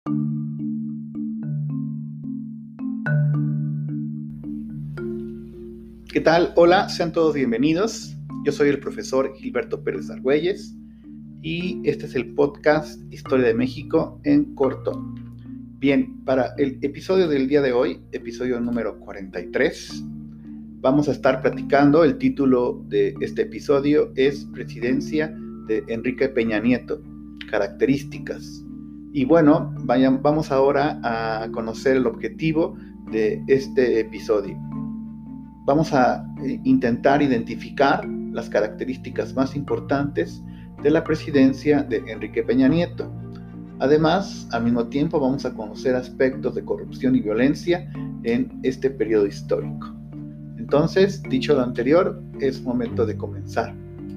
¿Qué tal? Hola, sean todos bienvenidos. Yo soy el profesor Gilberto Pérez Argüelles y este es el podcast Historia de México en corto. Bien, para el episodio del día de hoy, episodio número 43, vamos a estar platicando. El título de este episodio es Presidencia de Enrique Peña Nieto, características. Y bueno, vamos ahora a conocer el objetivo de este episodio. Vamos a intentar identificar las características más importantes de la presidencia de Enrique Peña Nieto. Además, al mismo tiempo vamos a conocer aspectos de corrupción y violencia en este periodo histórico. Entonces, dicho lo anterior, es momento de comenzar.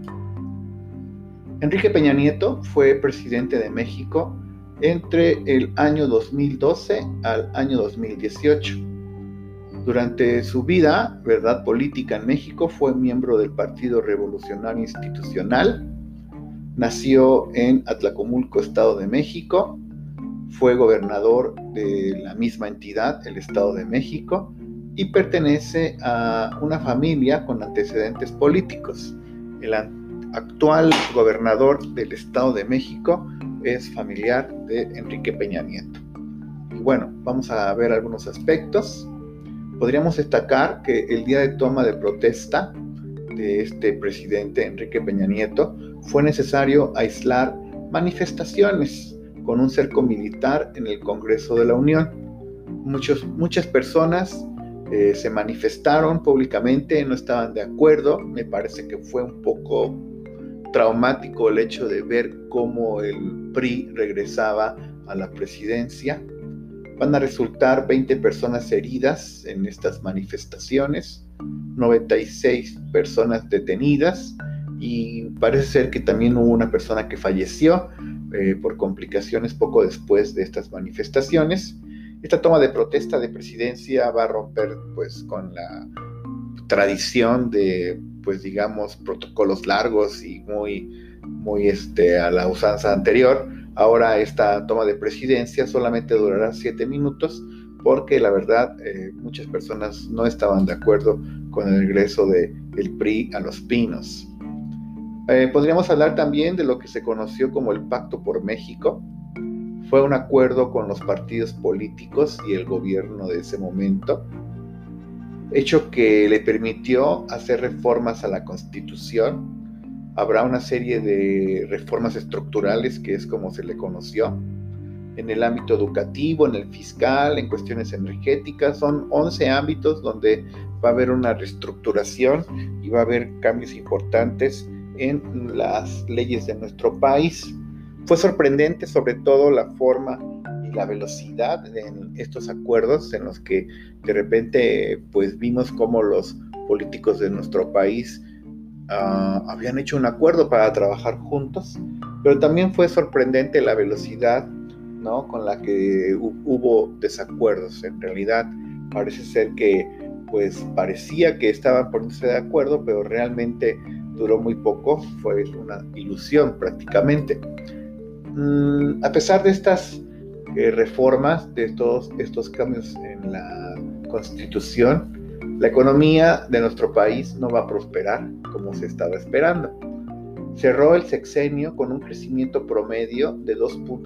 Enrique Peña Nieto fue presidente de México entre el año 2012 al año 2018. Durante su vida, política en México, fue miembro del Partido Revolucionario Institucional. Nació en Atlacomulco, Estado de México. Fue gobernador de la misma entidad, el Estado de México, y pertenece a una familia con antecedentes políticos. El actual gobernador del Estado de México es familiar de Enrique Peña Nieto. Y bueno, vamos a ver algunos aspectos. Podríamos destacar que el día de toma de protesta de este presidente Enrique Peña Nieto fue necesario aislar manifestaciones con un cerco militar en el Congreso de la Unión. Muchas personas se manifestaron públicamente, no estaban de acuerdo. Me parece que fue un poco traumático el hecho de ver cómo el PRI regresaba a la presidencia. Van a resultar 20 personas heridas en estas manifestaciones, 96 personas detenidas y parece ser que también hubo una persona que falleció por complicaciones poco después de estas manifestaciones. Esta toma de protesta de presidencia va a romper con la tradición de protocolos largos y muy a la usanza anterior. Ahora esta toma de presidencia solamente durará 7 minutos porque la verdad muchas personas no estaban de acuerdo con el regreso del PRI a Los Pinos. Podríamos hablar también de lo que se conoció como el Pacto por México. Fue un acuerdo con los partidos políticos y el gobierno de ese momento, hecho que le permitió hacer reformas a la Constitución. Habrá una serie de reformas estructurales, que es como se le conoció, en el ámbito educativo, en el fiscal, en cuestiones energéticas. Son 11 ámbitos donde va a haber una reestructuración y va a haber cambios importantes en las leyes de nuestro país. Fue sorprendente sobre todo la forma y la velocidad de estos acuerdos en los que de repente vimos cómo los políticos de nuestro país habían hecho un acuerdo para trabajar juntos, pero también fue sorprendente la velocidad, ¿no?, con la que hubo desacuerdos. En realidad parece ser que parecía que estaban poniéndose de acuerdo, pero realmente duró muy poco, fue una ilusión prácticamente. A pesar de estas reformas, de todos estos cambios en la Constitución, la economía de nuestro país no va a prosperar como se estaba esperando. Cerró el sexenio con un crecimiento promedio de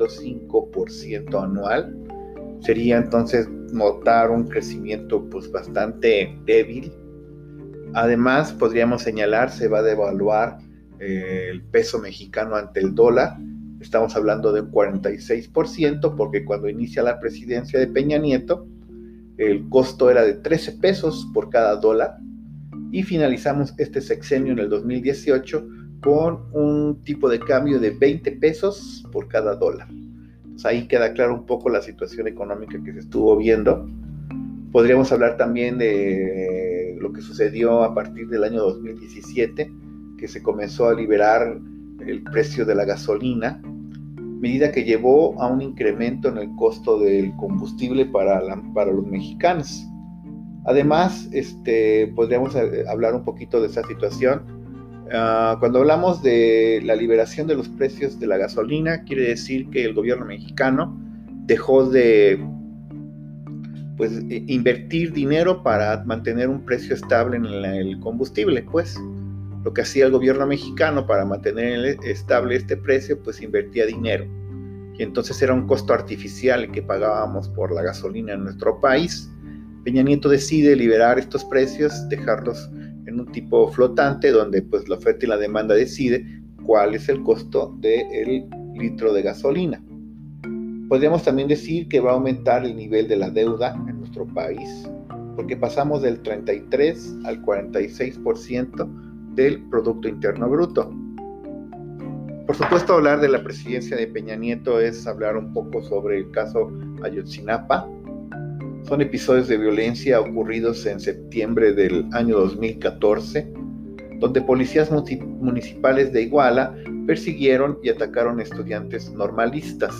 2.5% anual. Sería entonces notar un crecimiento bastante débil. Además, podríamos señalar, se va a devaluar el peso mexicano ante el dólar. Estamos hablando de un 46%, porque cuando inicia la presidencia de Peña Nieto, el costo era de 13 pesos por cada dólar y finalizamos este sexenio en el 2018 con un tipo de cambio de 20 pesos por cada dólar. Entonces ahí queda claro un poco la situación económica que se estuvo viendo. Podríamos hablar también de lo que sucedió a partir del año 2017, que se comenzó a liberar el precio de la gasolina, medida que llevó a un incremento en el costo del combustible para los mexicanos. Además, podríamos hablar un poquito de esa situación. Cuando hablamos de la liberación de los precios de la gasolina, quiere decir que el gobierno mexicano dejó de invertir dinero para mantener un precio estable en el combustible, pues. Lo que hacía el gobierno mexicano para mantener estable este precio, pues invertía dinero. Y entonces era un costo artificial el que pagábamos por la gasolina en nuestro país. Peña Nieto decide liberar estos precios, dejarlos en un tipo flotante, donde pues la oferta y la demanda decide cuál es el costo del litro de gasolina. Podríamos también decir que va a aumentar el nivel de la deuda en nuestro país, porque pasamos del 33 al 46% del Producto Interno Bruto. Por supuesto, hablar de la presidencia de Peña Nieto es hablar un poco sobre el caso Ayotzinapa. Son episodios de violencia ocurridos en septiembre del año 2014, donde policías municipales de Iguala persiguieron y atacaron estudiantes normalistas.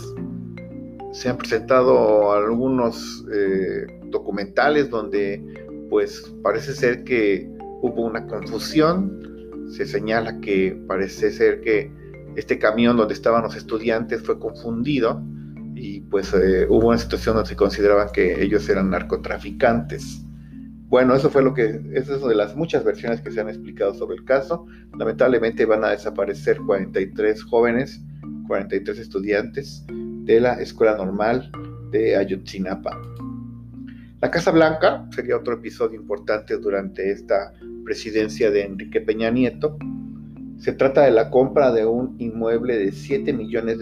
Se han presentado algunos documentales donde pues parece ser que hubo una confusión. Se señala que parece ser que este camión donde estaban los estudiantes fue confundido y pues hubo una situación donde se consideraban que ellos eran narcotraficantes. Bueno, eso es de las muchas versiones que se han explicado sobre el caso. Lamentablemente van a desaparecer 43 jóvenes, 43 estudiantes de la Escuela Normal de Ayotzinapa. La Casa Blanca sería otro episodio importante durante esta presidencia de Enrique Peña Nieto. Se trata de la compra de un inmueble de $7 millones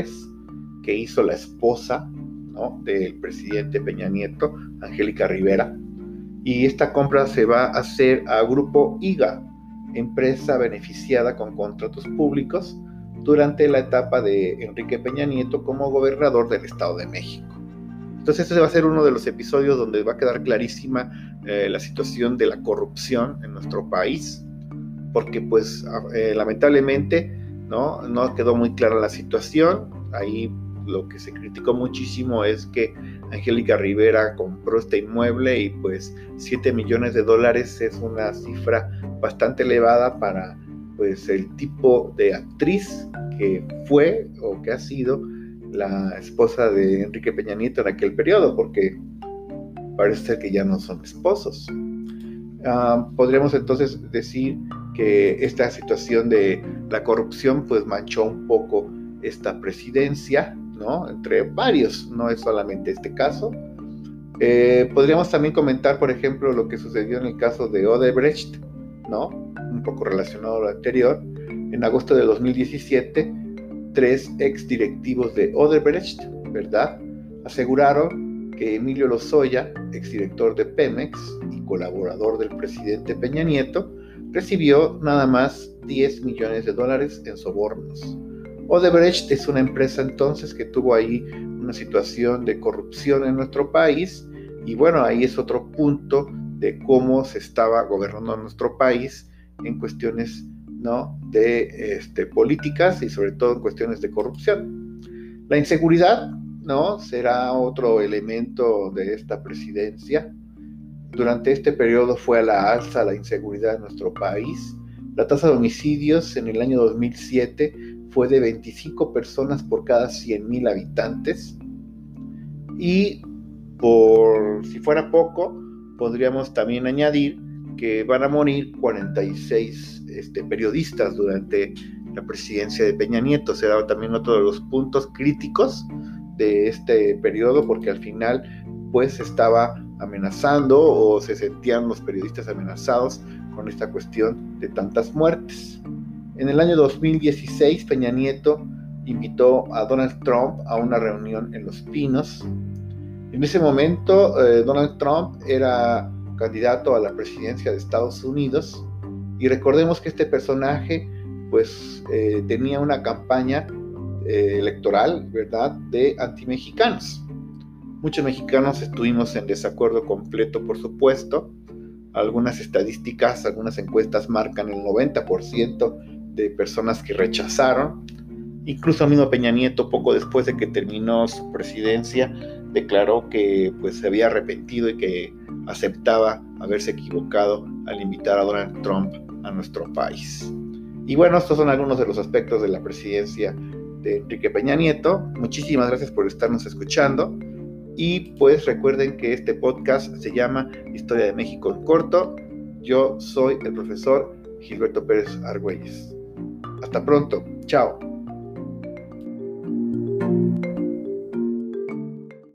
que hizo la esposa, ¿no?, del presidente Peña Nieto, Angélica Rivera. Y esta compra se va a hacer a Grupo IGA, empresa beneficiada con contratos públicos durante la etapa de Enrique Peña Nieto como gobernador del Estado de México. Entonces este va a ser uno de los episodios donde va a quedar clarísima la situación de la corrupción en nuestro país, porque pues lamentablemente no quedó muy clara la situación. Ahí lo que se criticó muchísimo es que Angélica Rivera compró este inmueble y pues $7 millones es una cifra bastante elevada para pues el tipo de actriz que fue o que ha sido la esposa de Enrique Peña Nieto en aquel periodo, porque parece ser que ya no son esposos. Podríamos entonces decir que esta situación de la corrupción pues manchó un poco esta presidencia, ¿no?, entre varios, no es solamente este caso. Podríamos también comentar, por ejemplo, lo que sucedió en el caso de Odebrecht, ¿no?, un poco relacionado a lo anterior. En agosto de 2017, 3 exdirectivos de Odebrecht, ¿verdad?, aseguraron que Emilio Lozoya, exdirector de Pemex y colaborador del presidente Peña Nieto, recibió nada más $10 millones en sobornos. Odebrecht es una empresa entonces que tuvo ahí una situación de corrupción en nuestro país, y bueno, ahí es otro punto de cómo se estaba gobernando nuestro país en cuestiones, ¿no?, de políticas y sobre todo en cuestiones de corrupción. La inseguridad, ¿no?, será otro elemento de esta presidencia. Durante este periodo fue a la alza la inseguridad en nuestro país. La tasa de homicidios en el año 2007 fue de 25 personas por cada 100,000 habitantes. Y por si fuera poco, podríamos también añadir que van a morir 46 periodistas durante la presidencia de Peña Nieto. Será también otro de los puntos críticos de este periodo, porque al final pues estaba amenazando o se sentían los periodistas amenazados con esta cuestión de tantas muertes. En el año 2016, Peña Nieto invitó a Donald Trump a una reunión en Los Pinos. En ese momento, Donald Trump era candidato a la presidencia de Estados Unidos, y recordemos que este personaje pues tenía una campaña electoral, ¿verdad?, de antimexicanos. Muchos mexicanos estuvimos en desacuerdo completo, por supuesto. Algunas estadísticas, algunas encuestas marcan el 90% de personas que rechazaron. Incluso el mismo Peña Nieto, poco después de que terminó su presidencia, declaró que pues se había arrepentido y que aceptaba haberse equivocado al invitar a Donald Trump a nuestro país. Y bueno, estos son algunos de los aspectos de la presidencia de Enrique Peña Nieto. Muchísimas gracias por estarnos escuchando. Y pues recuerden que este podcast se llama Historia de México en corto. Yo soy el profesor Gilberto Pérez Argüelles. Hasta pronto. Chao.